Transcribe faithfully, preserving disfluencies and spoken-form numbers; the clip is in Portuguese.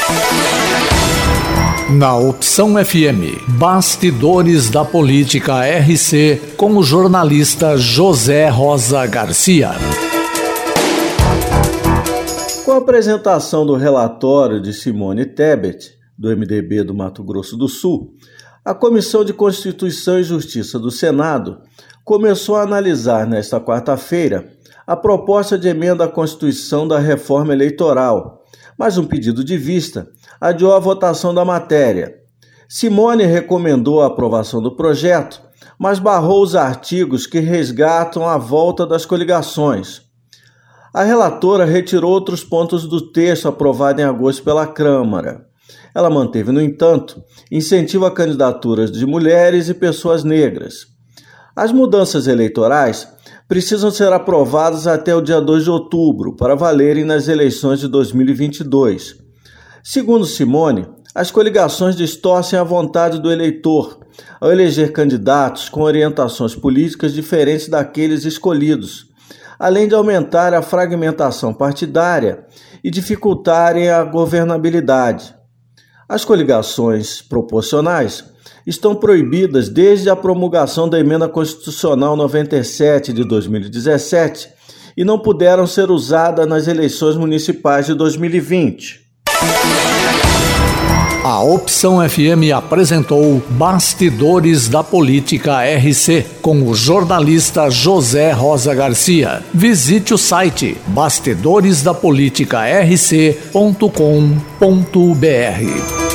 Na Opção F M, Bastidores da Política R C, com o jornalista José Rosa Garcia. Com a apresentação do relatório de Simone Tebet, do M D B do Mato Grosso do Sul, a Comissão de Constituição e Justiça do Senado começou a analisar nesta quarta-feira a proposta de emenda à Constituição da reforma eleitoral, mas um pedido de vista adiou a votação da matéria. Simone recomendou a aprovação do projeto, mas barrou os artigos que resgatam a volta das coligações. A relatora retirou outros pontos do texto aprovado em agosto pela Câmara. Ela manteve, no entanto, incentivo a candidaturas de mulheres e pessoas negras. As mudanças eleitorais precisam ser aprovadas até o dia dois de outubro para valerem nas eleições de dois mil e vinte e dois. Segundo Simone, as coligações distorcem a vontade do eleitor ao eleger candidatos com orientações políticas diferentes daqueles escolhidos, além de aumentar a fragmentação partidária e dificultarem a governabilidade. As coligações proporcionais estão proibidas desde a promulgação da Emenda Constitucional noventa e sete de dois mil e dezessete e não puderam ser usadas nas eleições municipais de dois mil e vinte. A Opção F M apresentou Bastidores da Política R C, com o jornalista José Rosa Garcia. Visite o site bastidores da política r c ponto com ponto b r.